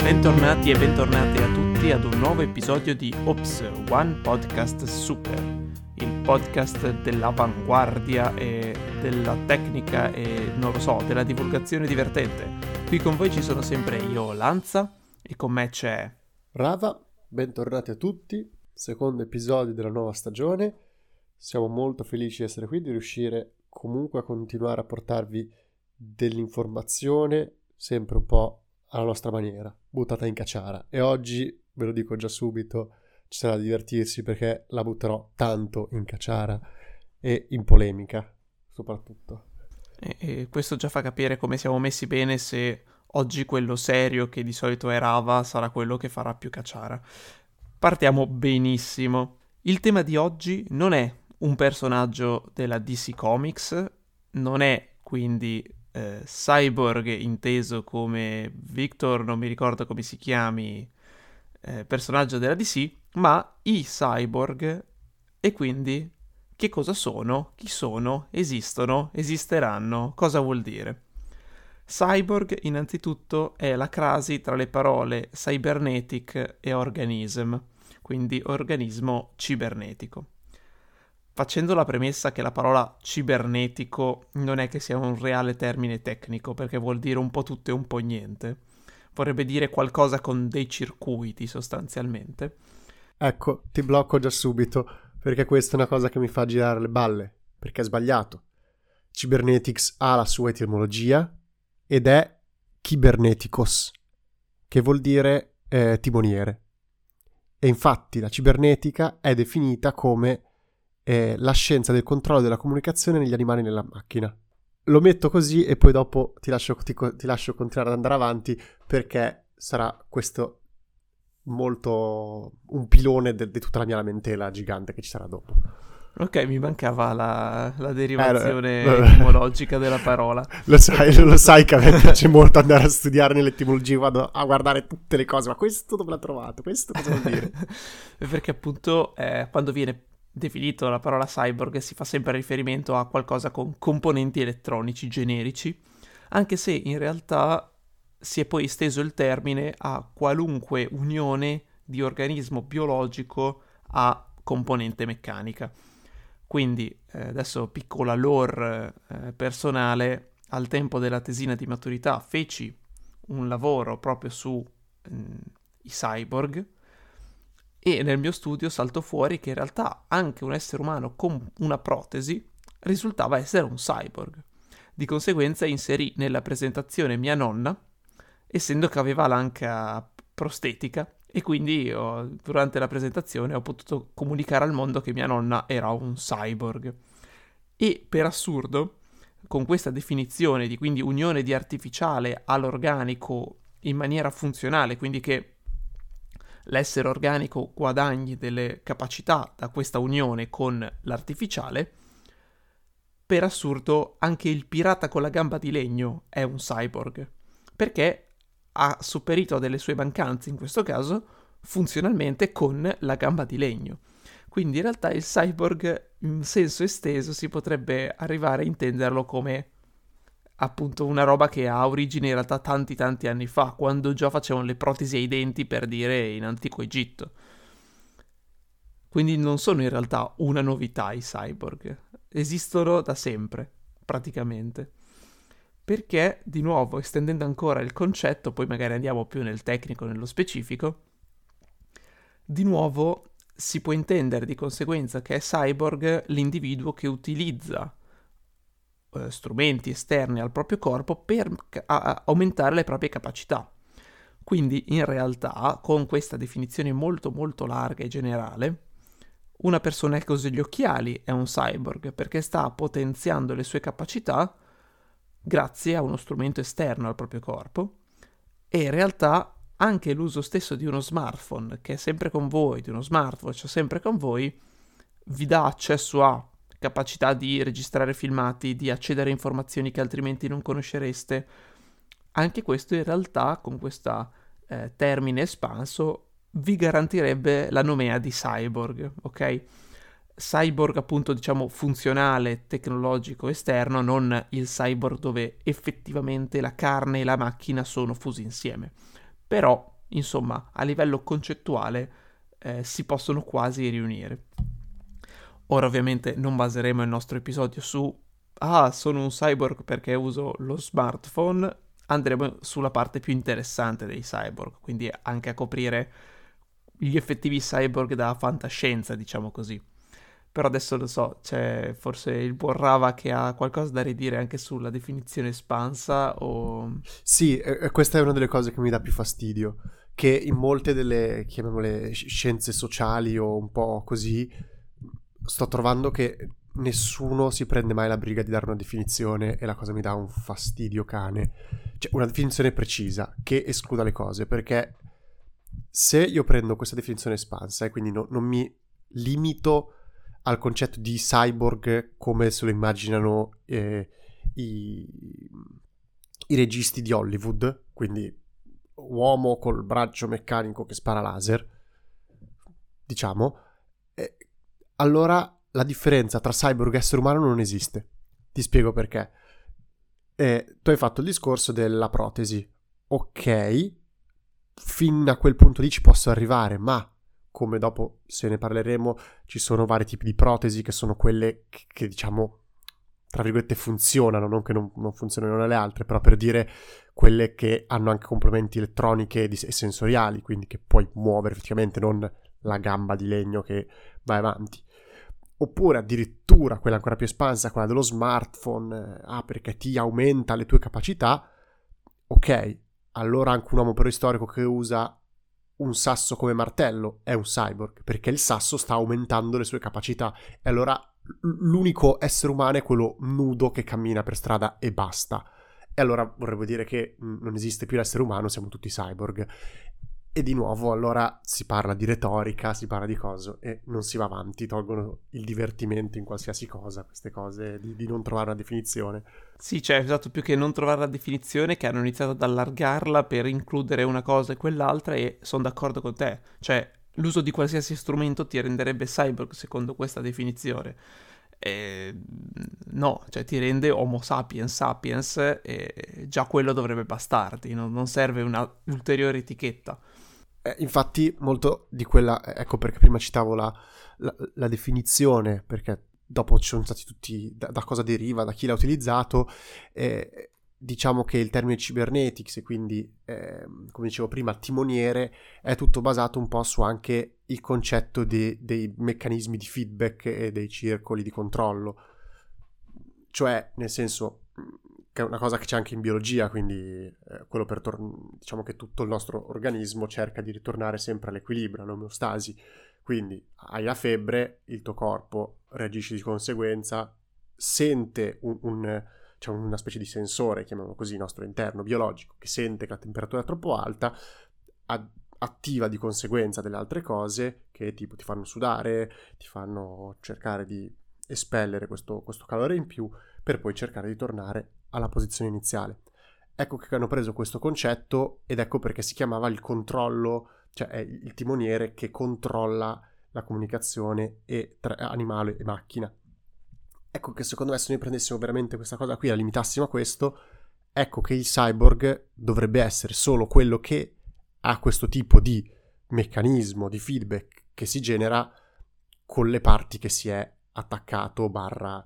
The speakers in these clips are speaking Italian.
Bentornati e bentornate a tutti ad un nuovo episodio di Ops, One Podcast Super, il podcast dell'avanguardia e della tecnica e, non lo so, della divulgazione divertente. Qui con voi ci sono sempre io, Lanza, e con me c'è Rava. Bentornati a tutti, secondo episodio della nuova stagione. Siamo molto felici di essere qui, di riuscire comunque a continuare a portarvi dell'informazione sempre un po' alla nostra maniera, buttata in caciara. E oggi, ve lo dico già subito, ci sarà da divertirsi perché la butterò tanto in caciara e in polemica, soprattutto. E questo già fa capire come siamo messi bene se oggi quello serio che di solito è Rava sarà quello che farà più caciara. Partiamo benissimo. Il tema di oggi non è un personaggio della DC Comics, non è quindi Cyborg inteso come Victor, non mi ricordo come si chiami, personaggio della DC, ma i cyborg, e quindi che cosa sono, chi sono, esistono, esisteranno, cosa vuol dire? Cyborg innanzitutto è la crasi tra le parole cybernetic e organism, quindi organismo cibernetico. Facendo la premessa che la parola cibernetico non è che sia un reale termine tecnico, perché vuol dire un po' tutto e un po' niente. Vorrebbe dire qualcosa con dei circuiti, sostanzialmente. Ecco, ti blocco già subito, perché questa è una cosa che mi fa girare le balle, perché è sbagliato. Cybernetics ha la sua etimologia ed è kybernetikos, che vuol dire timoniere. E infatti la cibernetica è definita come la scienza del controllo della comunicazione negli animali e nella macchina. Lo metto così e poi dopo ti lascio continuare ad andare avanti, perché sarà questo molto un pilone di tutta la mia lamentela gigante che ci sarà dopo. Ok, mi mancava la derivazione etimologica della parola. Lo sai che a me piace molto andare a studiare nell'etimologia, vado a guardare tutte le cose, ma questo dove l'ha trovato? Questo cosa vuol dire? Perché appunto quando viene definito la parola cyborg si fa sempre riferimento a qualcosa con componenti elettronici generici, anche se in realtà si è poi esteso il termine a qualunque unione di organismo biologico a componente meccanica. Quindi adesso piccola lore personale, al tempo della tesina di maturità feci un lavoro proprio su i cyborg, e nel mio studio saltò fuori che in realtà anche un essere umano con una protesi risultava essere un cyborg. Di conseguenza inserì nella presentazione mia nonna, essendo che aveva l'anca prostetica, e quindi durante la presentazione ho potuto comunicare al mondo che mia nonna era un cyborg. E per assurdo, con questa definizione di quindi unione di artificiale all'organico in maniera funzionale, quindi che l'essere organico guadagni delle capacità da questa unione con l'artificiale, per assurdo anche il pirata con la gamba di legno è un cyborg, perché ha sopperito delle sue mancanze, in questo caso funzionalmente, con la gamba di legno. Quindi in realtà il cyborg in senso esteso si potrebbe arrivare a intenderlo come appunto una roba che ha origine in realtà tanti anni fa, quando già facevano le protesi ai denti, per dire, in antico Egitto. Quindi non sono in realtà una novità i cyborg, esistono da sempre, praticamente. Perché, di nuovo, estendendo ancora il concetto, poi magari andiamo più nel tecnico, nello specifico, di nuovo si può intendere di conseguenza che è cyborg l'individuo che utilizza strumenti esterni al proprio corpo per aumentare le proprie capacità. Quindi in realtà, con questa definizione molto larga e generale, una persona che usa gli occhiali è un cyborg perché sta potenziando le sue capacità grazie a uno strumento esterno al proprio corpo. E in realtà anche l'uso stesso di uno smartphone, che è sempre con voi, di uno smartwatch sempre con voi, vi dà accesso a capacità di registrare filmati, di accedere a informazioni che altrimenti non conoscereste. Anche questo in realtà, con questo termine espanso, vi garantirebbe la nomea di cyborg, ok? Cyborg appunto, diciamo, funzionale, tecnologico, esterno, non il cyborg dove effettivamente la carne e la macchina sono fusi insieme. Però Insomma, a livello concettuale si possono quasi riunire. Ora ovviamente non baseremo il nostro episodio su sono un cyborg perché uso lo smartphone, andremo sulla parte più interessante dei cyborg, quindi anche a coprire gli effettivi cyborg da fantascienza, diciamo così. Però adesso lo so, c'è forse il buon Rava che ha qualcosa da ridire anche sulla definizione espansa o... Sì, questa è una delle cose che mi dà più fastidio, che in molte delle, chiamiamole, scienze sociali o un po' così, sto trovando che nessuno si prende mai la briga di dare una definizione e la cosa mi dà un fastidio cane. Cioè, una definizione precisa che escluda le cose, perché se io prendo questa definizione espansa e quindi non mi limito al concetto di cyborg come se lo immaginano i registi di Hollywood, quindi uomo col braccio meccanico che spara laser, diciamo, allora la differenza tra cyborg e essere umano non esiste. Ti spiego perché. Tu hai fatto il discorso della protesi. Ok, fin a quel punto lì ci posso arrivare, ma come dopo se ne parleremo ci sono vari tipi di protesi che sono quelle che diciamo tra virgolette funzionano, non che non funzionano le altre, però per dire quelle che hanno anche complementi elettroniche e sensoriali, quindi che puoi muovere effettivamente, non la gamba di legno che vai avanti. Oppure addirittura quella ancora più espansa, quella dello smartphone, perché ti aumenta le tue capacità. Ok, allora anche un uomo preistorico che usa un sasso come martello è un cyborg, perché il sasso sta aumentando le sue capacità, e allora l'unico essere umano è quello nudo che cammina per strada e basta. E allora vorrebbe dire che non esiste più l'essere umano, siamo tutti cyborg. E di nuovo allora si parla di retorica, si parla di cose e non si va avanti, tolgono il divertimento in qualsiasi cosa, queste cose di non trovare una definizione. Sì, cioè, esatto, più che non trovare la definizione, che hanno iniziato ad allargarla per includere una cosa e quell'altra, e sono d'accordo con te. Cioè, l'uso di qualsiasi strumento ti renderebbe cyborg secondo questa definizione. No, cioè ti rende Homo sapiens sapiens e già quello dovrebbe bastarti, non serve una ulteriore etichetta. Infatti molto di quella, ecco perché prima citavo la definizione, perché dopo ci sono stati tutti, da cosa deriva, da chi l'ha utilizzato, diciamo che il termine cybernetics e quindi, come dicevo prima, timoniere, è tutto basato un po' su anche il concetto dei meccanismi di feedback e dei circoli di controllo, cioè nel senso che è una cosa che c'è anche in biologia, quindi quello per diciamo che tutto il nostro organismo cerca di ritornare sempre all'equilibrio, all'omeostasi. Quindi hai la febbre, il tuo corpo reagisce di conseguenza, sente c'è una specie di sensore, chiamiamolo così, nostro interno biologico, che sente che la temperatura è troppo alta, attiva di conseguenza delle altre cose che tipo ti fanno sudare, ti fanno cercare di espellere questo calore in più per poi cercare di tornare alla posizione iniziale. Ecco che hanno preso questo concetto ed ecco perché si chiamava il controllo, cioè è il timoniere che controlla la comunicazione tra animale e macchina. Ecco che secondo me se noi prendessimo veramente questa cosa qui e la limitassimo a questo, ecco che il cyborg dovrebbe essere solo quello che ha questo tipo di meccanismo di feedback che si genera con le parti che si è attaccato barra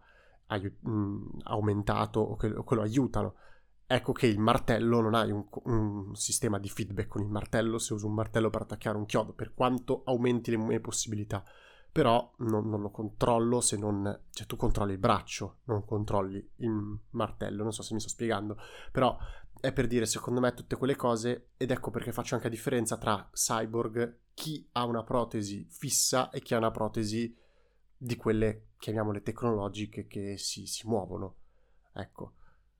aumentato o che lo aiutano. Ecco che il martello non hai un sistema di feedback con il martello, se uso un martello per attaccare un chiodo, per quanto aumenti le mie possibilità, però non lo controllo se non... cioè tu controlli il braccio, non controlli il martello, non so se mi sto spiegando, però è per dire secondo me tutte quelle cose, ed ecco perché faccio anche la differenza tra cyborg, chi ha una protesi fissa e chi ha una protesi di quelle, chiamiamole tecnologiche, che si muovono, ecco.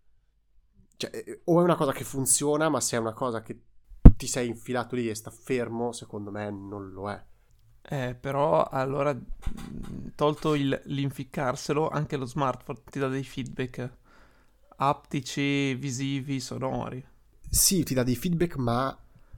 Cioè, o è una cosa che funziona, ma se è una cosa che ti sei infilato lì e sta fermo, secondo me non lo è. Però allora, tolto l'inficcarselo, anche lo smartphone ti dà dei feedback aptici, visivi, sonori. Sì, ti dà dei feedback, ma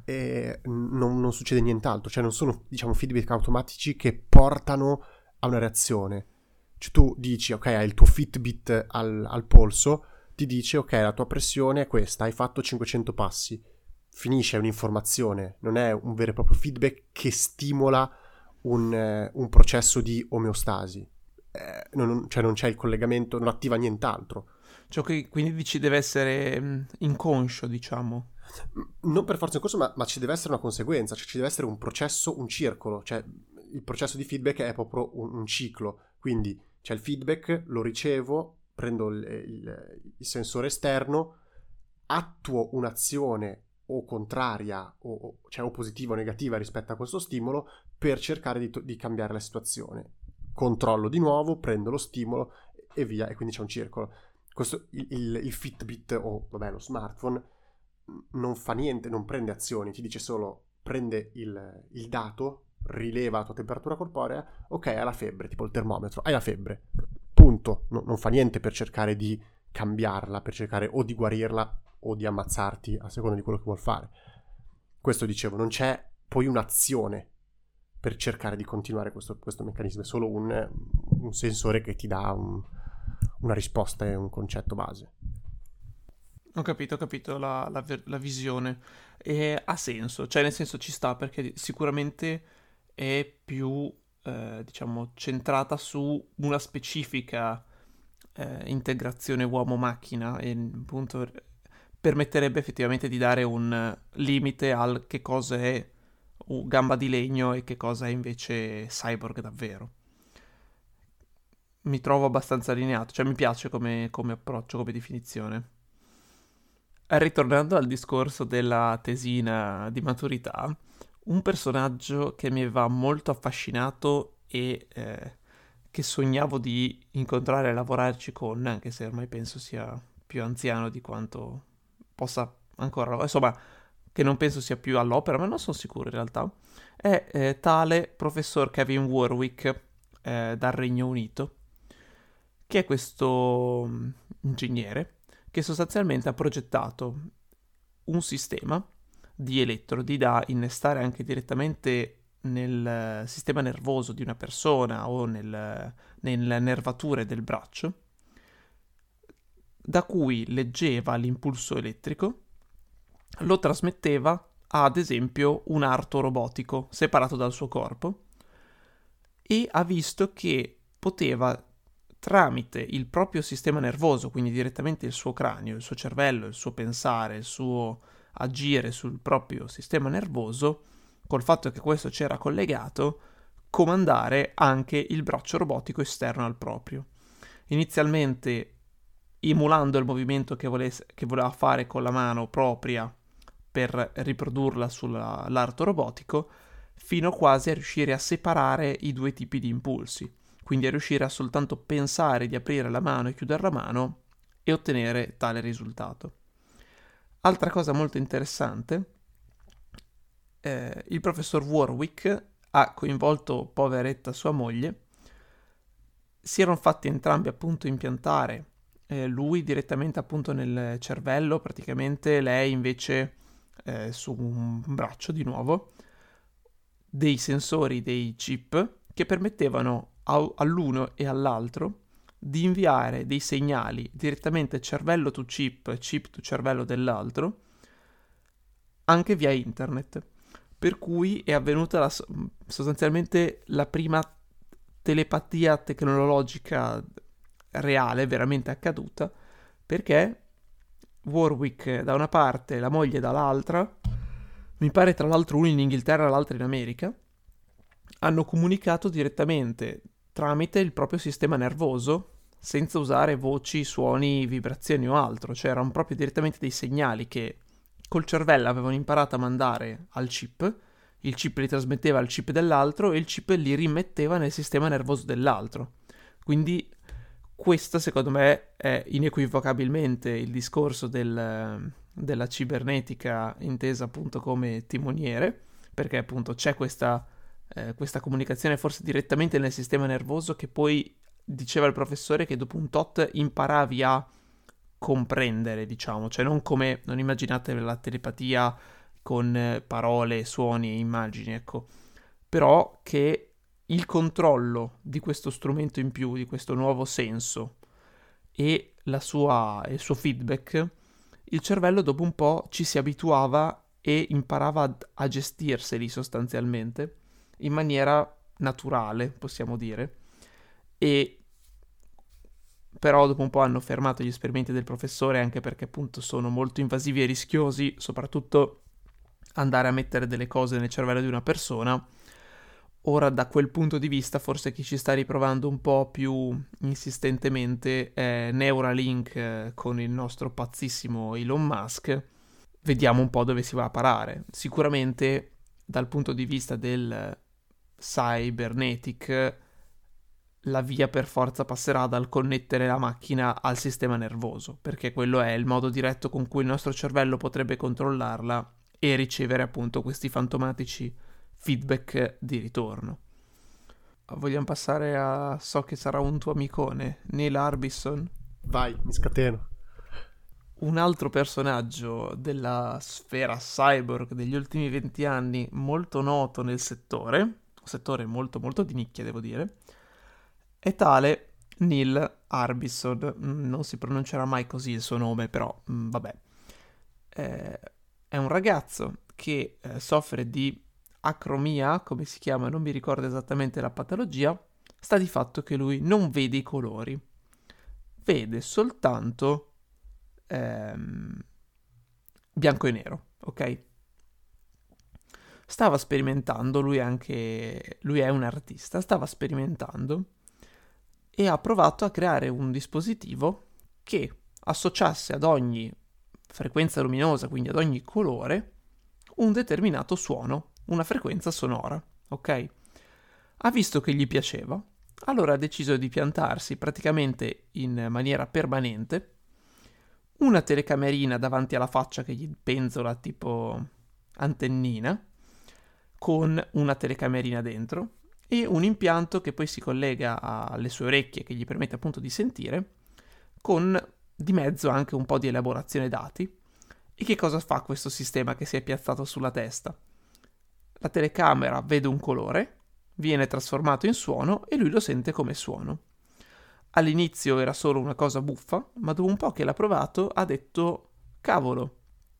non succede nient'altro. Cioè non sono, diciamo, feedback automatici che portano a una reazione. Cioè tu dici, ok, hai il tuo Fitbit al polso, ti dice, ok, la tua pressione è questa, hai fatto 500 passi. finisce, è un'informazione, non è un vero e proprio feedback che stimola un processo di omeostasi. Cioè non c'è il collegamento, non attiva nient'altro. Ciò che quindi dici deve essere inconscio, diciamo. Non per forza inconscio, ma ci deve essere una conseguenza, cioè ci deve essere un processo, un circolo, cioè il processo di feedback è proprio un ciclo, quindi c'è il feedback, lo ricevo, prendo il sensore esterno, attuo un'azione o contraria, cioè o positiva o negativa rispetto a questo stimolo, per cercare di cambiare la situazione. Controllo di nuovo, prendo lo stimolo e via, e quindi c'è un circolo. Il Fitbit o vabbè, lo smartphone non fa niente, non prende azioni, ti dice solo prende il dato, rileva la tua temperatura corporea, ok, hai la febbre, tipo il termometro, hai la febbre, punto. Non fa niente per cercare di cambiarla, per cercare o di guarirla o di ammazzarti a seconda di quello che vuol fare. Questo dicevo, non c'è poi un'azione per cercare di continuare questo meccanismo, è solo un sensore che ti dà una risposta e un concetto base. Ho capito la visione. E ha senso, cioè nel senso ci sta perché sicuramente è più, diciamo, centrata su una specifica integrazione uomo-macchina e appunto permetterebbe effettivamente di dare un limite al che cosa è gamba di legno e che cosa è invece cyborg davvero. Mi trovo abbastanza allineato, cioè mi piace come approccio, come definizione. Ritornando al discorso della tesina di maturità, un personaggio che mi aveva molto affascinato e che sognavo di incontrare e lavorarci con, anche se ormai penso sia più anziano di quanto possa ancora, insomma, che non penso sia più all'opera, ma non sono sicuro in realtà, è tale professor Kevin Warwick dal Regno Unito, che è questo ingegnere che sostanzialmente ha progettato un sistema di elettrodi da innestare anche direttamente nel sistema nervoso di una persona o nelle nervature del braccio, da cui leggeva l'impulso elettrico, lo trasmetteva a, ad esempio, un arto robotico separato dal suo corpo e ha visto che poteva, tramite il proprio sistema nervoso, quindi direttamente il suo cranio, il suo cervello, il suo pensare, il suo agire sul proprio sistema nervoso, col fatto che questo c'era collegato, comandare anche il braccio robotico esterno al proprio. Inizialmente emulando il movimento che voleva fare con la mano propria per riprodurla sull'arto robotico, fino quasi a riuscire a separare i due tipi di impulsi, quindi a riuscire a soltanto pensare di aprire la mano e chiudere la mano e ottenere tale risultato. Altra cosa molto interessante, il professor Warwick ha coinvolto poveretta sua moglie, si erano fatti entrambi appunto impiantare, lui direttamente appunto nel cervello, praticamente lei invece su un braccio di nuovo, dei sensori, dei chip che permettevano all'uno e all'altro di inviare dei segnali direttamente cervello to chip, chip to cervello dell'altro, anche via internet. Per cui è avvenuta sostanzialmente la prima telepatia tecnologica reale, veramente accaduta, perché Warwick da una parte, la moglie dall'altra, mi pare tra l'altro uno in Inghilterra e l'altro in America, hanno comunicato direttamente tramite il proprio sistema nervoso, senza usare voci, suoni, vibrazioni o altro, cioè erano proprio direttamente dei segnali che col cervello avevano imparato a mandare al chip, il chip li trasmetteva al chip dell'altro e il chip li rimetteva nel sistema nervoso dell'altro. Quindi questo secondo me è inequivocabilmente il discorso della cibernetica intesa appunto come timoniere, perché appunto c'è questa comunicazione forse direttamente nel sistema nervoso che poi diceva il professore che dopo un tot imparavi a comprendere, diciamo, cioè non immaginate la telepatia con parole, suoni e immagini, ecco, però che il controllo di questo strumento in più, di questo nuovo senso e il suo feedback, il cervello dopo un po' ci si abituava e imparava a gestirseli sostanzialmente in maniera naturale, possiamo dire. E però dopo un po' hanno fermato gli esperimenti del professore, anche perché appunto sono molto invasivi e rischiosi, soprattutto andare a mettere delle cose nel cervello di una persona. Ora, da quel punto di vista, forse chi ci sta riprovando un po' più insistentemente è Neuralink, con il nostro pazzissimo Elon Musk. Vediamo un po' dove si va a parare. Sicuramente, dal punto di vista del cybernetic, la via per forza passerà dal connettere la macchina al sistema nervoso, perché quello è il modo diretto con cui il nostro cervello potrebbe controllarla e ricevere appunto questi fantomatici feedback di ritorno. Vogliamo passare a... so che sarà un tuo amicone, Neil Harbisson. Vai, mi scateno. Un altro personaggio della sfera cyborg degli ultimi 20 anni, molto noto nel settore, un settore molto molto di nicchia devo dire, è tale Neil Harbisson. Non si pronuncerà mai così il suo nome, però vabbè. È un ragazzo che soffre di acromia, come si chiama, non mi ricordo esattamente la patologia. Sta di fatto che lui non vede i colori, vede soltanto bianco e nero, ok? Stava sperimentando, lui è un artista, stava sperimentando e ha provato a creare un dispositivo che associasse ad ogni frequenza luminosa, quindi ad ogni colore, un determinato suono, una frequenza sonora, ok? Ha visto che gli piaceva, allora ha deciso di piantarsi praticamente in maniera permanente una telecamerina davanti alla faccia che gli penzola tipo antennina, con una telecamerina dentro, e un impianto che poi si collega alle sue orecchie, che gli permette appunto di sentire, con di mezzo anche un po' di elaborazione dati. E che cosa fa questo sistema che si è piazzato sulla testa? La telecamera vede un colore, viene trasformato in suono e lui lo sente come suono. All'inizio era solo una cosa buffa, ma dopo un po' che l'ha provato ha detto cavolo,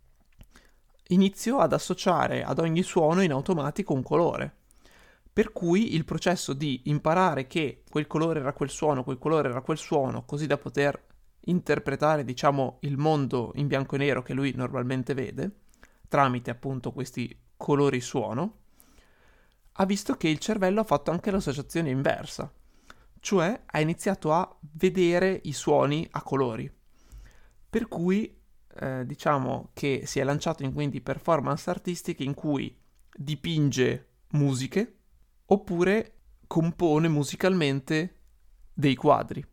inizio ad associare ad ogni suono in automatico un colore. Per cui il processo di imparare che quel colore era quel colore era quel suono, così da poter interpretare, diciamo, il mondo in bianco e nero che lui normalmente vede, tramite appunto questi colori suono, ha visto che il cervello ha fatto anche l'associazione inversa, cioè ha iniziato a vedere i suoni a colori. Per cui diciamo che si è lanciato in quindi performance artistiche in cui dipinge musiche oppure compone musicalmente dei quadri.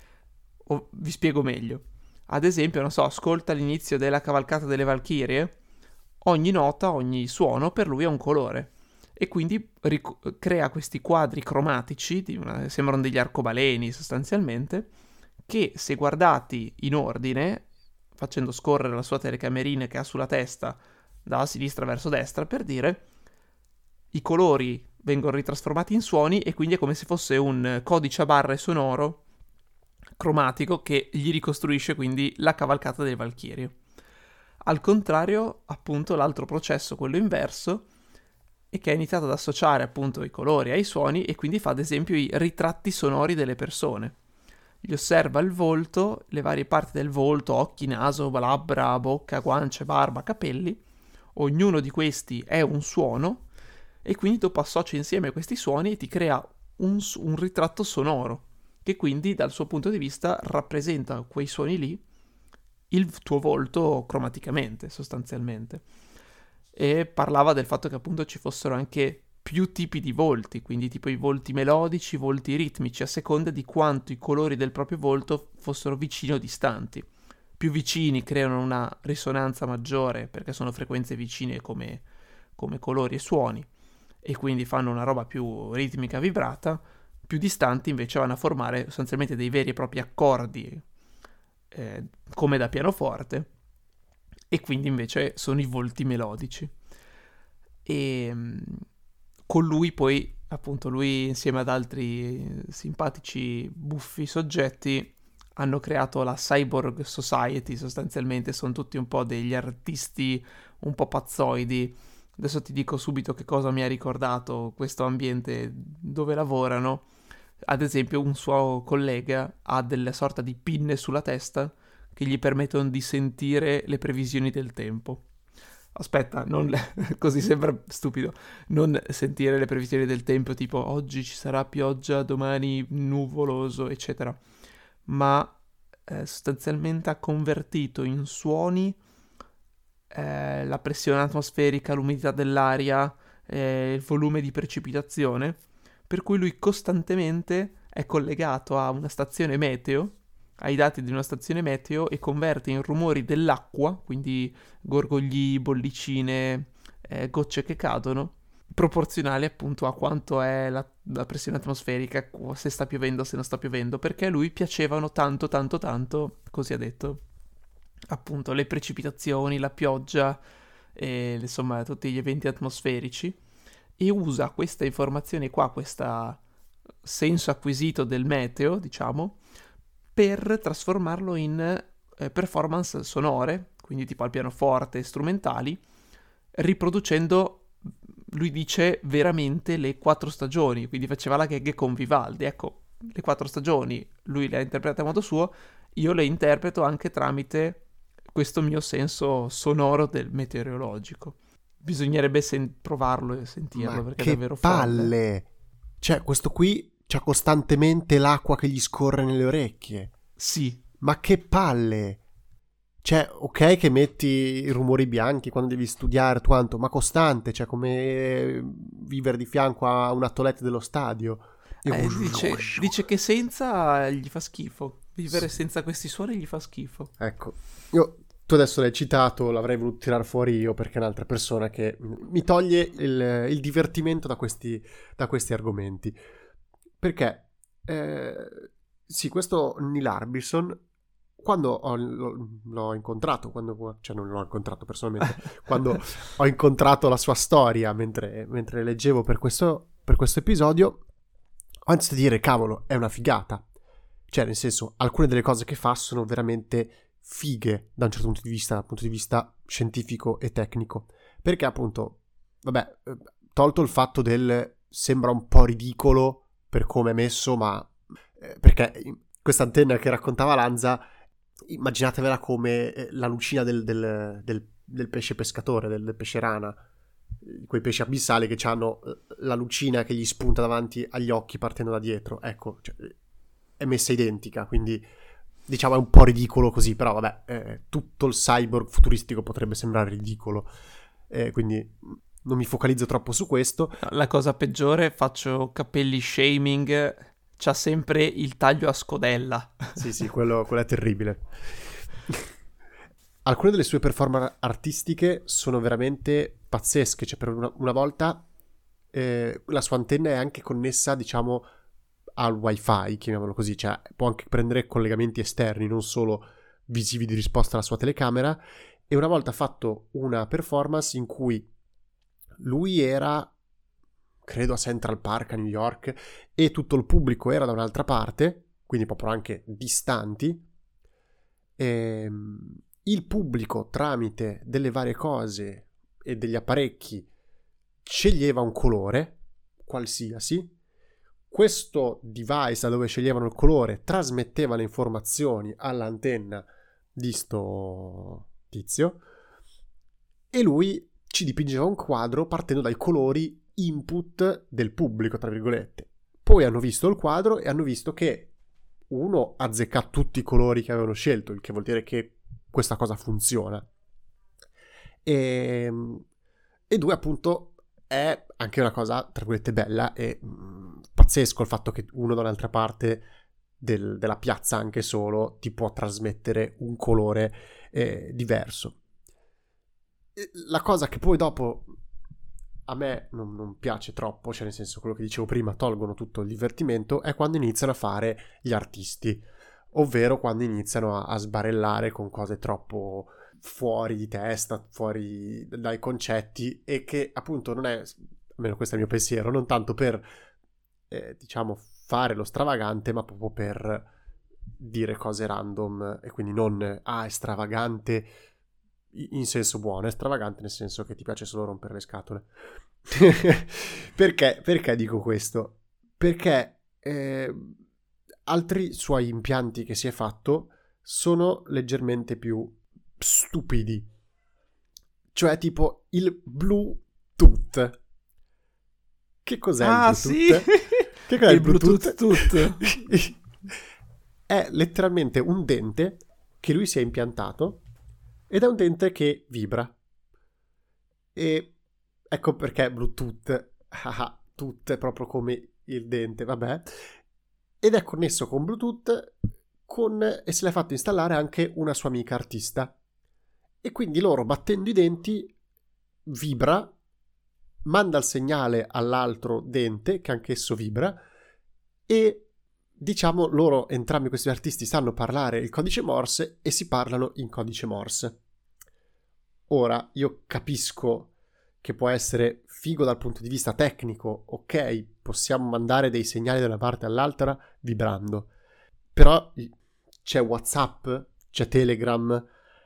Vi spiego meglio. Ad esempio, non so, ascolta l'inizio della cavalcata delle Valchirie, ogni nota, ogni suono per lui è un colore e quindi crea questi quadri cromatici, sembrano degli arcobaleni sostanzialmente, che se guardati in ordine, facendo scorrere la sua telecamerina che ha sulla testa da sinistra verso destra, per dire, i colori vengono ritrasformati in suoni e quindi è come se fosse un codice a barre sonoro cromatico che gli ricostruisce quindi la cavalcata delle Valchirie. Al contrario, appunto, l'altro processo, quello inverso, è che ha iniziato ad associare appunto i colori ai suoni e quindi fa ad esempio i ritratti sonori delle persone. Gli osserva il volto, le varie parti del volto, occhi, naso, labbra, bocca, guance, barba, capelli. Ognuno di questi è un suono e quindi dopo associa insieme questi suoni e ti crea un ritratto sonoro che quindi dal suo punto di vista rappresenta quei suoni lì, il tuo volto cromaticamente sostanzialmente. E parlava del fatto che appunto ci fossero anche più tipi di volti, quindi tipo i volti melodici, i volti ritmici, a seconda di quanto i colori del proprio volto fossero vicini o distanti. Più vicini creano una risonanza maggiore perché sono frequenze vicine come colori e suoni e quindi fanno una roba più ritmica, vibrata. Più distanti invece vanno a formare sostanzialmente dei veri e propri accordi come da pianoforte e quindi invece sono i volti melodici. E con lui poi, appunto, lui insieme ad altri simpatici buffi soggetti hanno creato la Cyborg Society, sostanzialmente sono tutti un po' degli artisti un po' pazzoidi. Adesso ti dico subito che cosa mi ha ricordato questo ambiente dove lavorano. Ad esempio, un suo collega ha delle sorta di pinne sulla testa che gli permettono di sentire le previsioni del tempo. Aspetta, così sembra stupido. Non sentire le previsioni del tempo, tipo oggi ci sarà pioggia, domani nuvoloso, eccetera. Ma sostanzialmente ha convertito in suoni la pressione atmosferica, l'umidità dell'aria, il volume di precipitazione, per cui lui costantemente è collegato a una stazione meteo, ai dati di una stazione meteo, e converte in rumori dell'acqua, quindi gorgogli, bollicine, gocce che cadono, proporzionali appunto a quanto è la pressione atmosferica, se sta piovendo, se non sta piovendo, perché a lui piacevano tanto, tanto, tanto, così ha detto, appunto le precipitazioni, la pioggia, e, insomma tutti gli eventi atmosferici, e usa questa informazione qua, questo senso acquisito del meteo, diciamo, per trasformarlo in performance sonore, quindi tipo al pianoforte, strumentali, riproducendo, lui dice, veramente le 4 stagioni, quindi faceva la gag con Vivaldi. Ecco, le 4 stagioni, lui le interpreta a modo suo, io le interpreto anche tramite questo mio senso sonoro del meteorologico. Bisognerebbe provarlo e sentirlo, Ma perché è che davvero palle! forte. Cioè, questo qui c'ha costantemente l'acqua che gli scorre nelle orecchie. Sì, Ma che palle! Cioè, ok che metti i rumori bianchi quando devi studiare, quanto, ma costante, cioè come vivere di fianco a una toilette dello stadio. dice che senza gli fa schifo. Vivere Sì. senza questi suoni gli fa schifo. Ecco, tu adesso l'hai citato, l'avrei voluto tirare fuori io perché è un'altra persona che mi toglie il divertimento da questi argomenti. Perché, sì, questo Neil Harbisson, quando l'ho incontrato, cioè non l'ho incontrato personalmente, quando ho incontrato la sua storia mentre leggevo per questo episodio, ho iniziato a dire, cavolo, è una figata. Cioè, nel senso, alcune delle cose che fa sono veramente fighe da un certo punto di vista, dal punto di vista scientifico e tecnico. Perché appunto, vabbè, tolto il fatto del sembra un po' ridicolo per come è messo, ma perché questa antenna che raccontava Lanza, immaginatevela come la lucina del pesce pescatore, del pesce rana, quei pesci abissali che hanno la lucina che gli spunta davanti agli occhi partendo da dietro. Ecco, cioè, è messa identica, quindi diciamo è un po' ridicolo così, però vabbè, tutto il cyborg futuristico potrebbe sembrare ridicolo, quindi non mi focalizzo troppo su questo. La cosa peggiore, faccio capelli shaming, c'ha sempre il taglio a scodella. Sì, quello è terribile. Alcune delle sue performance artistiche sono veramente pazzesche, cioè per una volta la sua antenna è anche connessa, diciamo, al wifi, chiamiamolo così, cioè può anche prendere collegamenti esterni, non solo visivi di risposta alla sua telecamera, e una volta ha fatto una performance in cui lui era, credo a Central Park a New York, e tutto il pubblico era da un'altra parte, quindi proprio anche distanti, e il pubblico tramite delle varie cose e degli apparecchi sceglieva un colore qualsiasi. Questo device da dove sceglievano il colore trasmetteva le informazioni all'antenna di sto tizio e lui ci dipingeva un quadro partendo dai colori input del pubblico, tra virgolette. Poi hanno visto il quadro e hanno visto che uno azzecca tutti i colori che avevano scelto, il che vuol dire che questa cosa funziona. E due, appunto, è anche una cosa, tra virgolette, bella e pazzesco il fatto che uno da un'altra parte della piazza anche solo ti può trasmettere un colore diverso. La cosa che poi dopo a me non piace troppo, cioè nel senso quello che dicevo prima, tolgono tutto il divertimento, è quando iniziano a fare gli artisti, ovvero quando iniziano a sbarellare con cose troppo fuori di testa, fuori dai concetti, e che appunto non è, almeno questo è il mio pensiero, non tanto per diciamo fare lo stravagante, ma proprio per dire cose random e quindi non è stravagante in senso buono, è stravagante nel senso che ti piace solo rompere le scatole. Perché dico questo? Perché altri suoi impianti che si è fatto sono leggermente più stupidi. Cioè tipo il Bluetooth. Che cos'è il Bluetooth? Sì! Che cos'è il Bluetooth? È letteralmente un dente che lui si è impiantato ed è un dente che vibra. E ecco perché Bluetooth, tut, proprio come il dente, vabbè. Ed è connesso con Bluetooth e se l'è fatto installare anche una sua amica artista. E quindi loro, battendo i denti, vibra, manda il segnale all'altro dente, che anch'esso vibra, e diciamo loro, entrambi questi artisti, sanno parlare il codice Morse e si parlano in codice Morse. Ora, io capisco che può essere figo dal punto di vista tecnico, ok, possiamo mandare dei segnali da una parte all'altra vibrando, però c'è WhatsApp, c'è Telegram,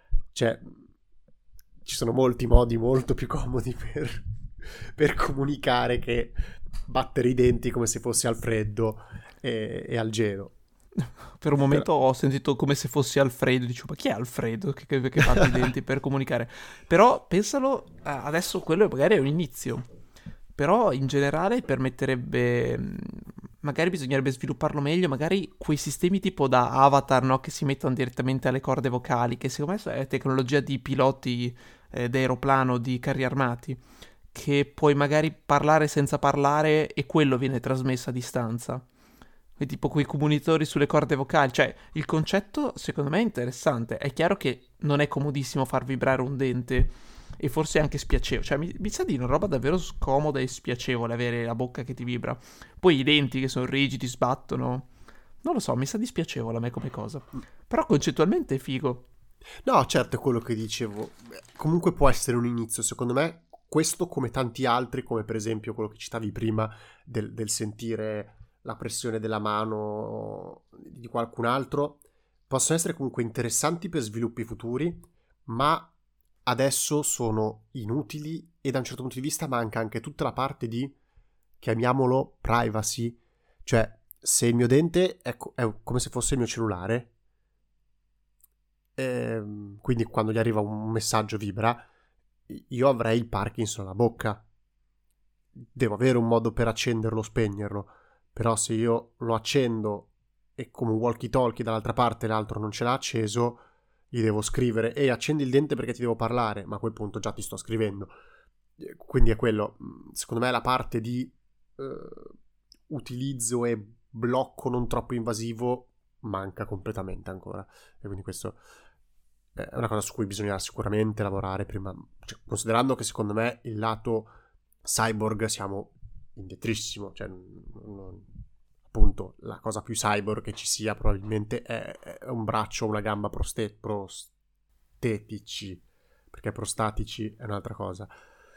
ci sono molti modi molto più comodi per comunicare che battere i denti come se fossi al freddo e al gelo. Per un momento ho sentito come se fossi Alfredo, dicevo, ma chi è Alfredo che batte i denti per comunicare? Però pensalo, adesso quello magari è un inizio, però in generale permetterebbe, magari bisognerebbe svilupparlo meglio, magari quei sistemi tipo da avatar, no, che si mettono direttamente alle corde vocali, che secondo me è tecnologia di piloti d'aeroplano, di carri armati, che puoi magari parlare senza parlare e quello viene trasmesso a distanza. Tipo quei comunitori sulle corde vocali, cioè il concetto secondo me è interessante. È chiaro che non è comodissimo far vibrare un dente e forse anche spiacevole, cioè mi sa di una roba davvero scomoda e spiacevole avere la bocca che ti vibra. Poi i denti che sono rigidi, sbattono, non lo so, mi sa dispiacevole a me come cosa. Però concettualmente è figo. No, certo, è quello che dicevo. Comunque può essere un inizio, secondo me. Questo, come tanti altri, come per esempio quello che citavi prima del sentire la pressione della mano di qualcun altro, possono essere comunque interessanti per sviluppi futuri, ma adesso sono inutili e da un certo punto di vista manca anche tutta la parte di, chiamiamolo, privacy. Cioè, se il mio dente è come se fosse il mio cellulare, quindi quando gli arriva un messaggio vibra, io avrei il Parkinson alla bocca, devo avere un modo per accenderlo o spegnerlo, però se io lo accendo e come un walkie talkie dall'altra parte l'altro non ce l'ha acceso, gli devo scrivere accendi il dente perché ti devo parlare, ma a quel punto già ti sto scrivendo. Quindi è quello, secondo me la parte di utilizzo e blocco non troppo invasivo manca completamente ancora, e quindi questo è una cosa su cui bisogna sicuramente lavorare prima, cioè, considerando che secondo me il lato cyborg siamo indietrissimo, cioè appunto la cosa più cyborg che ci sia probabilmente è un braccio o una gamba prostetici, perché prostatici è un'altra cosa.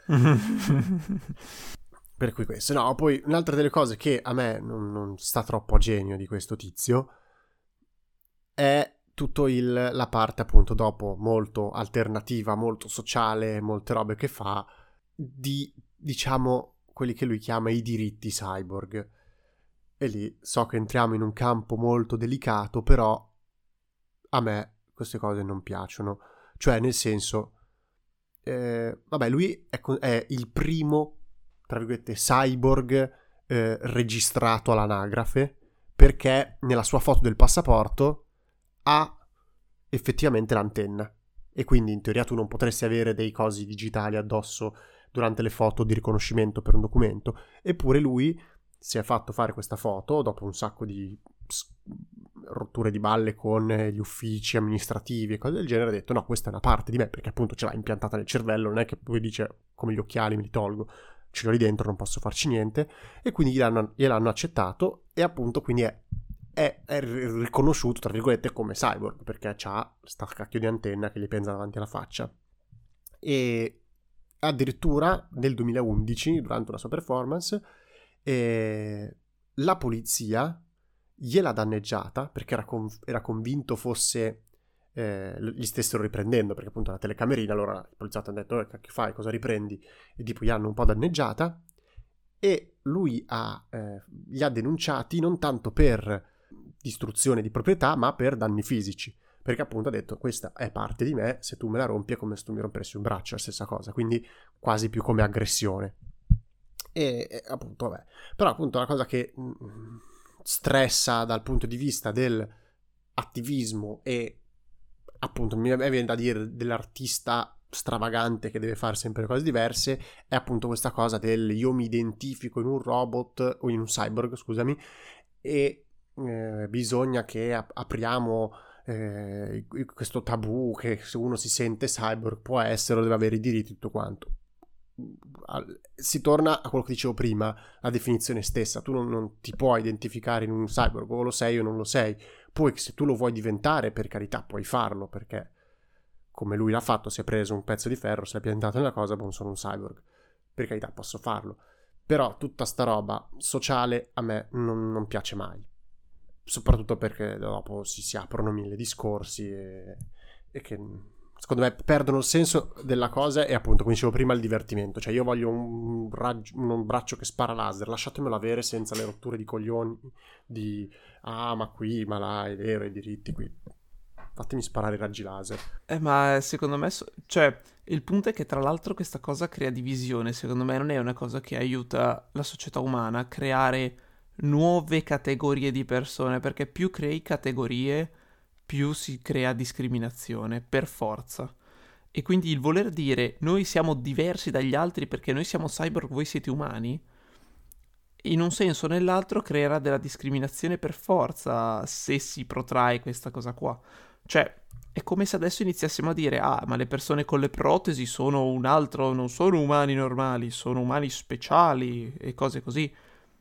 Per cui questo. No, poi un'altra delle cose che a me non sta troppo a genio di questo tizio è tutto la parte appunto dopo molto alternativa, molto sociale, molte robe che fa di, diciamo, quelli che lui chiama i diritti cyborg. E lì so che entriamo in un campo molto delicato, però a me queste cose non piacciono. Cioè, nel senso, vabbè, lui è il primo, tra virgolette, cyborg registrato all'anagrafe, perché nella sua foto del passaporto ha effettivamente l'antenna. E quindi in teoria tu non potresti avere dei cosi digitali addosso durante le foto di riconoscimento per un documento. Eppure lui si è fatto fare questa foto dopo un sacco di rotture di balle con gli uffici amministrativi e cose del genere. Ha detto no, questa è una parte di me, perché appunto ce l'ha impiantata nel cervello, non è che poi dice come gli occhiali me li tolgo, ce l'ho lì dentro, non posso farci niente. E quindi gliel'hanno accettato e appunto quindi è riconosciuto tra virgolette come cyborg, perché c'ha sta cacchio di antenna che gli pensa davanti alla faccia. E addirittura nel 2011, durante una sua performance, la polizia gliel'ha danneggiata perché era convinto fosse gli stessero riprendendo, perché appunto la telecamerina, allora il poliziotto ha detto che fai, cosa riprendi, e tipo gli hanno un po' danneggiata, e lui li ha denunciati non tanto per distruzione di proprietà ma per danni fisici, perché appunto ha detto questa è parte di me, se tu me la rompi è come se tu mi rompessi un braccio, è la stessa cosa, quindi quasi più come aggressione. E appunto vabbè, però appunto la cosa che stressa dal punto di vista dell'attivismo e appunto mi viene da dire dell'artista stravagante che deve fare sempre cose diverse, è appunto questa cosa del io mi identifico in un robot o in un cyborg, scusami, e bisogna che apriamo questo tabù che se uno si sente cyborg può essere o deve avere i diritti, tutto quanto. Si torna a quello che dicevo prima, la definizione stessa. Tu non ti puoi identificare in un cyborg, o lo sei o non lo sei. Poi se tu lo vuoi diventare, per carità, puoi farlo, perché come lui l'ha fatto, si è preso un pezzo di ferro, si è piantato nella cosa, boh, sono un cyborg, per carità, posso farlo. Però tutta sta roba sociale a me non piace mai, soprattutto perché dopo si aprono mille discorsi e che secondo me perdono il senso della cosa, e appunto, come dicevo prima, il divertimento. Cioè io voglio un braccio che spara laser, lasciatemelo avere senza le rotture di coglioni di ma qui, ma là, è vero, i diritti qui, fatemi sparare i raggi laser. Ma secondo me, cioè, il punto è che tra l'altro questa cosa crea divisione, secondo me non è una cosa che aiuta la società umana a creare nuove categorie di persone, perché più crei categorie, più si crea discriminazione, per forza. E quindi il voler dire noi siamo diversi dagli altri perché noi siamo cyborg, voi siete umani, in un senso o nell'altro creerà della discriminazione per forza se si protrae questa cosa qua. Cioè, è come se adesso iniziassimo a dire ma le persone con le protesi sono un altro, non sono umani normali, sono umani speciali e cose così.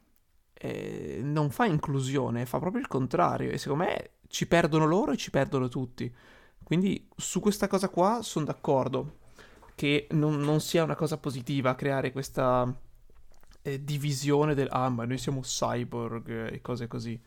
Non fa inclusione, fa proprio il contrario, e secondo me ci perdono loro e ci perdono tutti. Quindi su questa cosa qua sono d'accordo che non sia una cosa positiva creare questa divisione del ma noi siamo cyborg e cose così.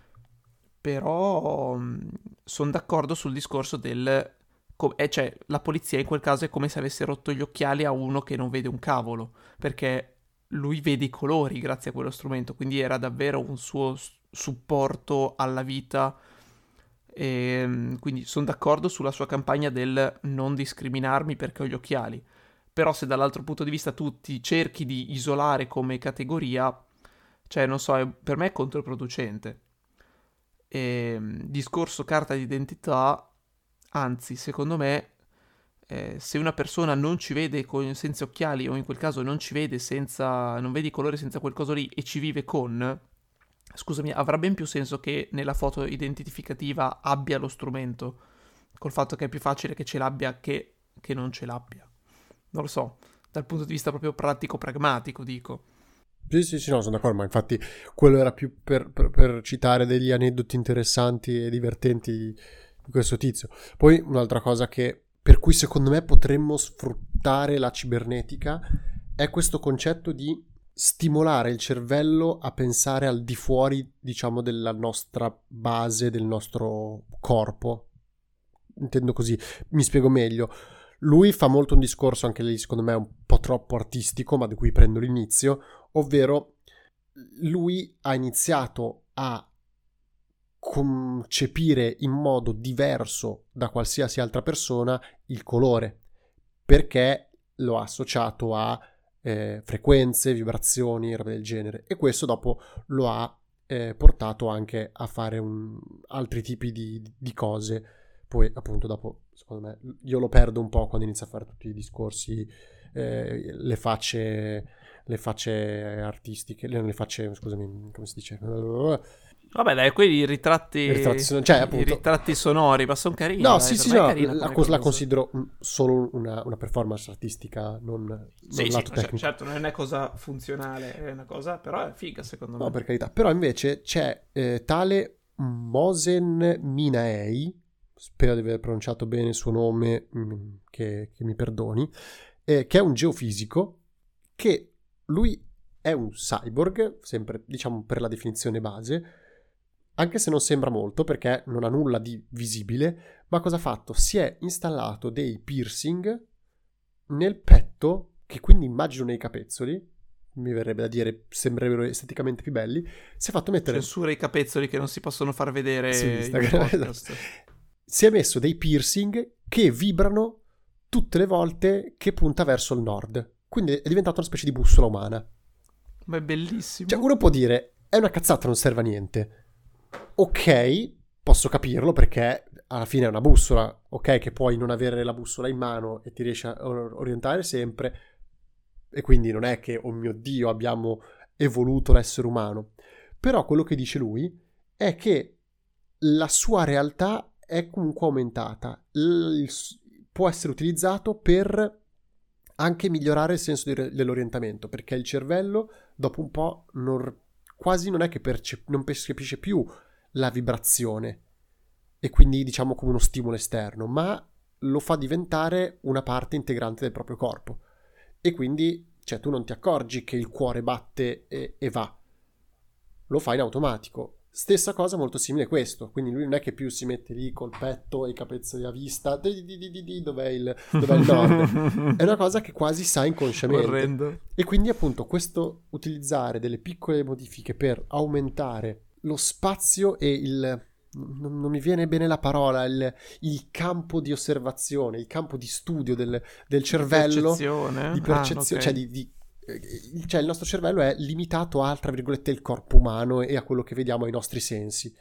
Però sono d'accordo sul discorso del cioè la polizia in quel caso è come se avesse rotto gli occhiali a uno che non vede un cavolo, perché lui vede i colori grazie a quello strumento, quindi era davvero un suo supporto alla vita. E quindi sono d'accordo sulla sua campagna del non discriminarmi perché ho gli occhiali. Però se dall'altro punto di vista tu ti cerchi di isolare come categoria, cioè non so, per me è controproducente. Discorso carta d'identità, anzi, secondo me, se una persona non ci vede senza occhiali, o in quel caso non ci vede senza, non vede i colori senza quel coso lì e ci vive con, scusami, avrà ben più senso che nella foto identificativa abbia lo strumento, col fatto che è più facile che ce l'abbia che non ce l'abbia. Non lo so, dal punto di vista proprio pratico-pragmatico, dico. Sì, no, sono d'accordo, ma infatti quello era più per citare degli aneddoti interessanti e divertenti di questo tizio. Poi un'altra cosa per cui secondo me potremmo sfruttare la cibernetica è questo concetto di stimolare il cervello a pensare al di fuori, diciamo, della nostra base, del nostro corpo. Intendo così, mi spiego meglio. Lui fa molto un discorso, anche lì secondo me un po' troppo artistico, ma di cui prendo l'inizio, ovvero lui ha iniziato a concepire in modo diverso da qualsiasi altra persona il colore, perché lo ha associato a frequenze, vibrazioni, roba del genere, e questo dopo lo ha portato anche a fare altri tipi di cose. Poi appunto dopo, secondo me, io lo perdo un po' quando inizia a fare tutti i discorsi, le facce artistiche, le facce, scusami, come si dice? Vabbè, dai, quelli i ritratti cioè, appunto, i ritratti sonori, ma sono carini. No, dai, sì, per me no, è carina la considero solo una performance artistica, non lato tecnico. Certo, non è una cosa funzionale, è una cosa, però è figa secondo me. No, per carità. Però invece c'è tale Mosen Minaei, spero di aver pronunciato bene il suo nome, che mi perdoni, che è un geofisico, che lui è un cyborg, sempre diciamo per la definizione base, anche se non sembra molto perché non ha nulla di visibile, ma cosa ha fatto? Si è installato dei piercing nel petto, che quindi immagino nei capezzoli, mi verrebbe da dire sembrerebbero esteticamente più belli, si è fatto mettere... Censura i capezzoli che non si possono far vedere su in Instagram. podcast. Si è messo dei piercing che vibrano tutte le volte che punta verso il nord. Quindi è diventata una specie di bussola umana. Ma è bellissimo. Cioè, uno può dire, è una cazzata, non serve a niente. Ok, posso capirlo perché alla fine è una bussola. Ok, che puoi non avere la bussola in mano e ti riesci a orientare sempre. E quindi non è che, oh mio Dio, abbiamo evoluto l'essere umano. Però quello che dice lui è che la sua realtà è comunque aumentata. Può essere utilizzato per anche migliorare il senso dell'orientamento, perché il cervello dopo un po' quasi non è che non percepisce più la vibrazione e quindi diciamo come uno stimolo esterno, ma lo fa diventare una parte integrante del proprio corpo e quindi cioè, tu non ti accorgi che il cuore batte e va, lo fa in automatico. Stessa cosa molto simile a questo, quindi lui non è che più si mette lì col petto e i capezzoli a vista, dov'è il nord, è una cosa che quasi sa inconsciamente. Orrendo. E quindi appunto questo utilizzare delle piccole modifiche per aumentare lo spazio e non mi viene bene la parola, il campo di osservazione, il campo di studio del cervello, di percezione, okay. cioè il nostro cervello è limitato a, tra virgolette, il corpo umano e a quello che vediamo ai nostri sensi.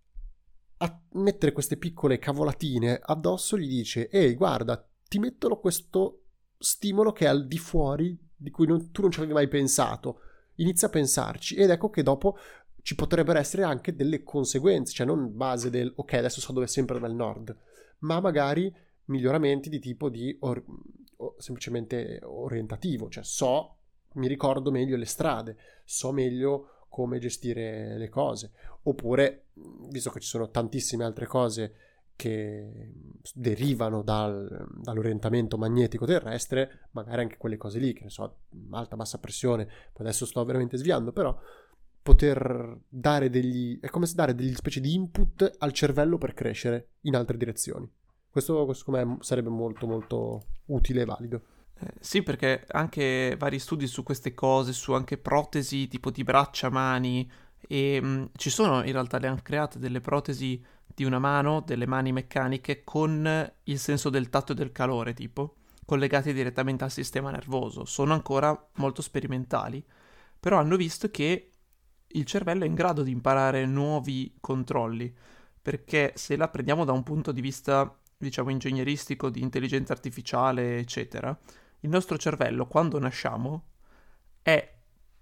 A mettere queste piccole cavolatine addosso gli dice, ehi guarda, ti mettono questo stimolo che è al di fuori, di cui tu non ci avevi mai pensato, inizia a pensarci ed ecco che dopo ci potrebbero essere anche delle conseguenze, cioè non base del ok adesso so dove è sempre dal nord, ma magari miglioramenti di tipo di semplicemente orientativo, cioè mi ricordo meglio le strade, so meglio come gestire le cose, oppure visto che ci sono tantissime altre cose che derivano dall'orientamento magnetico terrestre, magari anche quelle cose lì, che ne so, alta, bassa pressione, poi adesso sto veramente sviando, però poter dare è come se dare degli specie di input al cervello per crescere in altre direzioni. Questo secondo me sarebbe molto molto utile e valido. Sì, perché anche vari studi su queste cose, su anche protesi tipo di braccia, mani, e ci sono in realtà, le hanno create delle protesi di una mano, delle mani meccaniche con il senso del tatto e del calore, tipo, collegati direttamente al sistema nervoso. Sono ancora molto sperimentali, però hanno visto che il cervello è in grado di imparare nuovi controlli, perché se la prendiamo da un punto di vista, diciamo, ingegneristico, di intelligenza artificiale, eccetera, il nostro cervello, quando nasciamo, è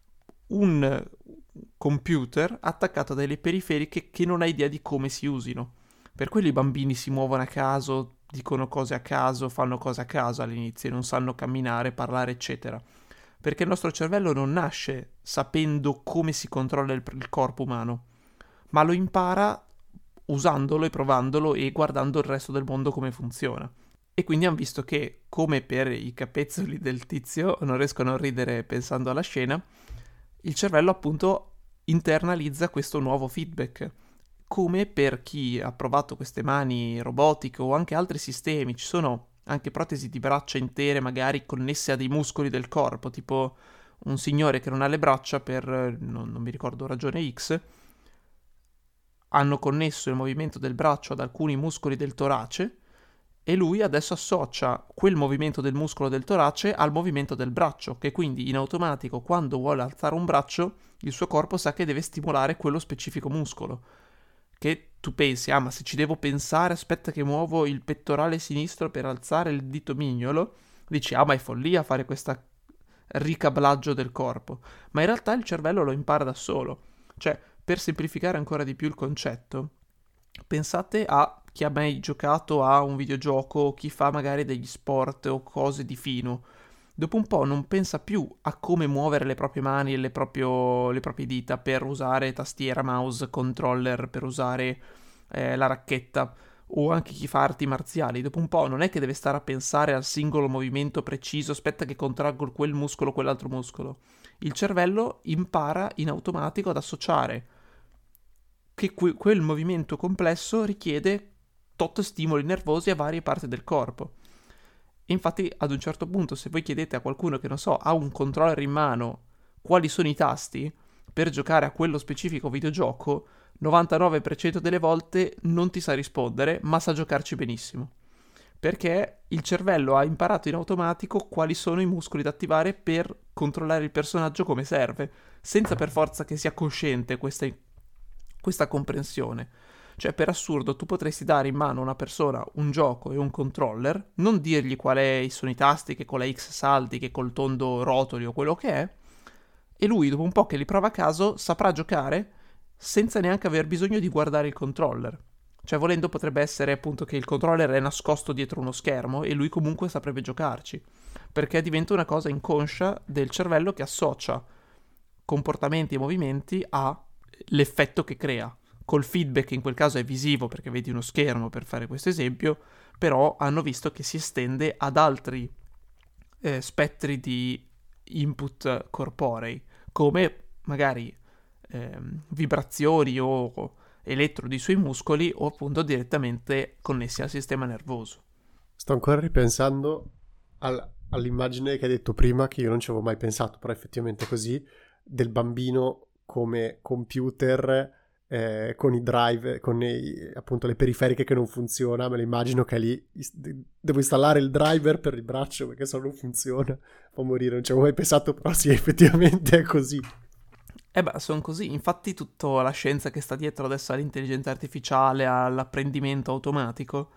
un computer attaccato a delle periferiche che non ha idea di come si usino. Per quello i bambini si muovono a caso, dicono cose a caso, fanno cose a caso all'inizio, non sanno camminare, parlare, eccetera. Perché il nostro cervello non nasce sapendo come si controlla il corpo umano, ma lo impara usandolo e provandolo e guardando il resto del mondo come funziona. E quindi hanno visto che, come per i capezzoli del tizio, non riescono a ridere pensando alla scena, il cervello appunto internalizza questo nuovo feedback. Come per chi ha provato queste mani robotiche o anche altri sistemi, ci sono anche protesi di braccia intere magari connesse a dei muscoli del corpo, tipo un signore che non ha le braccia per, non mi ricordo, ragione X, hanno connesso il movimento del braccio ad alcuni muscoli del torace e lui adesso associa quel movimento del muscolo del torace al movimento del braccio, che quindi in automatico quando vuole alzare un braccio il suo corpo sa che deve stimolare quello specifico muscolo. Che tu pensi, ma se ci devo pensare, aspetta che muovo il pettorale sinistro per alzare il dito mignolo, dici, ma è follia fare questo ricablaggio del corpo. Ma in realtà il cervello lo impara da solo. Cioè, per semplificare ancora di più il concetto, pensate a chi ha mai giocato a un videogioco, chi fa magari degli sport o cose di fino. Dopo un po' non pensa più a come muovere le proprie mani e le proprie dita per usare tastiera, mouse, controller, per usare la racchetta, o anche chi fa arti marziali. Dopo un po' non è che deve stare a pensare al singolo movimento preciso, aspetta che contraggo quel muscolo o quell'altro muscolo. Il cervello impara in automatico ad associare che quel movimento complesso richiede tot stimoli nervosi a varie parti del corpo. Infatti, ad un certo punto, se voi chiedete a qualcuno che, non so, ha un controller in mano, quali sono i tasti per giocare a quello specifico videogioco, 99% delle volte non ti sa rispondere, ma sa giocarci benissimo. Perché il cervello ha imparato in automatico quali sono i muscoli da attivare per controllare il personaggio come serve, senza per forza che sia cosciente questa comprensione. Cioè, per assurdo, tu potresti dare in mano a una persona un gioco e un controller, non dirgli quali sono i tasti, che con la X salti, che col tondo rotoli o quello che è, e lui, dopo un po' che li prova a caso, saprà giocare senza neanche aver bisogno di guardare il controller. Cioè, volendo, potrebbe essere appunto che il controller è nascosto dietro uno schermo e lui comunque saprebbe giocarci, perché diventa una cosa inconscia del cervello che associa comportamenti e movimenti all'effetto che crea. Col feedback in quel caso è visivo, perché vedi uno schermo, per fare questo esempio, però hanno visto che si estende ad altri spettri di input corporei, come magari vibrazioni o elettrodi sui muscoli o appunto direttamente connessi al sistema nervoso. Sto ancora ripensando all'immagine che hai detto prima, che io non ci avevo mai pensato, però effettivamente è così, del bambino come computer con i drive, con appunto le periferiche che non funziona. Me lo immagino che è lì, devo installare il driver per il braccio perché se no non funziona, può morire. Non ci avevo mai pensato, però sì, effettivamente è così. Sono così. Infatti tutta la scienza che sta dietro adesso all'intelligenza artificiale, all'apprendimento automatico,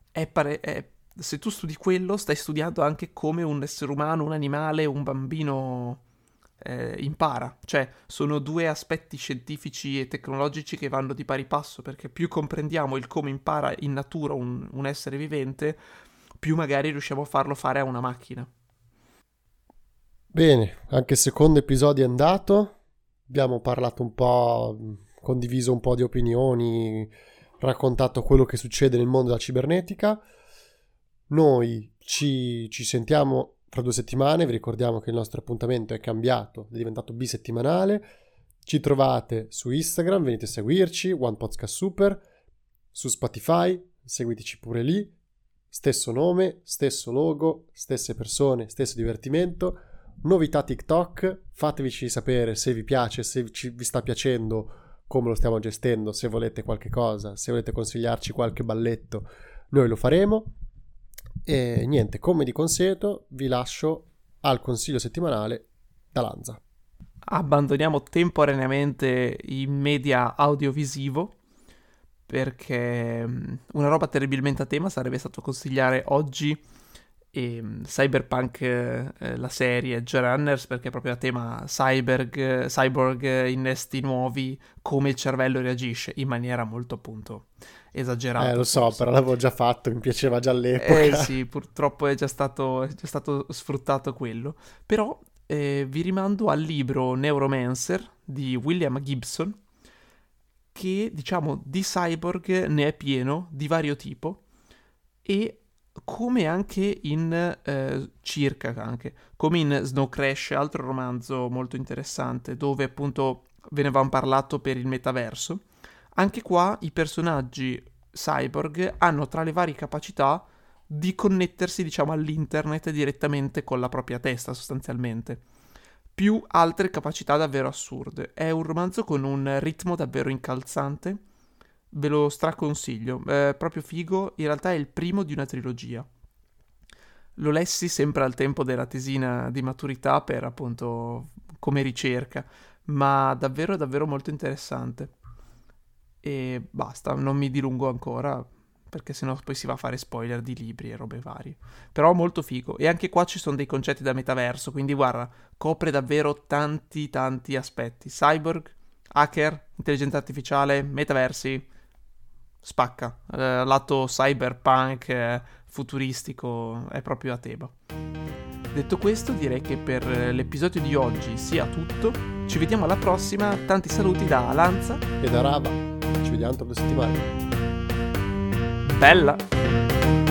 se tu studi quello, stai studiando anche come un essere umano, un animale, un bambino impara. Cioè, sono due aspetti scientifici e tecnologici che vanno di pari passo, perché più comprendiamo il come impara in natura un essere vivente, più magari riusciamo a farlo fare a una macchina. Bene, anche il secondo episodio è andato. Abbiamo parlato un po', condiviso un po' di opinioni, raccontato quello che succede nel mondo della cibernetica. Noi ci sentiamo tra 2 settimane. Vi ricordiamo che il nostro appuntamento è cambiato, è diventato bisettimanale. Ci trovate su Instagram, venite a seguirci, One Podcast Super, su Spotify, seguiteci pure lì. Stesso nome, stesso logo, stesse persone, stesso divertimento. Novità TikTok, fateci sapere se vi piace, se vi sta piacendo, come lo stiamo gestendo, se volete qualche cosa, se volete consigliarci qualche balletto, noi lo faremo. E niente, come di consueto, vi lascio al consiglio settimanale da Lanza. Abbandoniamo temporaneamente i media audiovisivo, perché una roba terribilmente a tema sarebbe stato consigliare oggi Cyberpunk, la serie Edge Runners, perché è proprio a tema cyborg, innesti nuovi, come il cervello reagisce in maniera molto appunto esagerata. Lo so, però l'avevo già fatto, mi piaceva già all'epoca. Sì, purtroppo è già stato sfruttato quello. Però vi rimando al libro Neuromancer di William Gibson, che diciamo di cyborg ne è pieno, di vario tipo, e come anche come in Snow Crash, altro romanzo molto interessante, dove appunto ve ne avevamo parlato per il metaverso. Anche qua i personaggi cyborg hanno tra le varie capacità di connettersi, diciamo, all'internet direttamente con la propria testa, sostanzialmente, più altre capacità davvero assurde. È un romanzo con un ritmo davvero incalzante, ve lo straconsiglio, è proprio figo. In realtà è il primo di una trilogia. Lo lessi sempre al tempo della tesina di maturità per appunto come ricerca, ma davvero davvero molto interessante. E basta, non mi dilungo ancora, perché sennò poi si va a fare spoiler di libri e robe varie. Però molto figo. E anche qua ci sono dei concetti da metaverso, quindi guarda, copre davvero tanti tanti aspetti. Cyborg, hacker, intelligenza artificiale, metaversi, spacca. Lato cyberpunk, futuristico, è proprio a tema. Detto questo, direi che per l'episodio di oggi sia tutto. Ci vediamo alla prossima. Tanti saluti da Lanza e da Rava. Ci vediamo tra 2 settimane. Bella!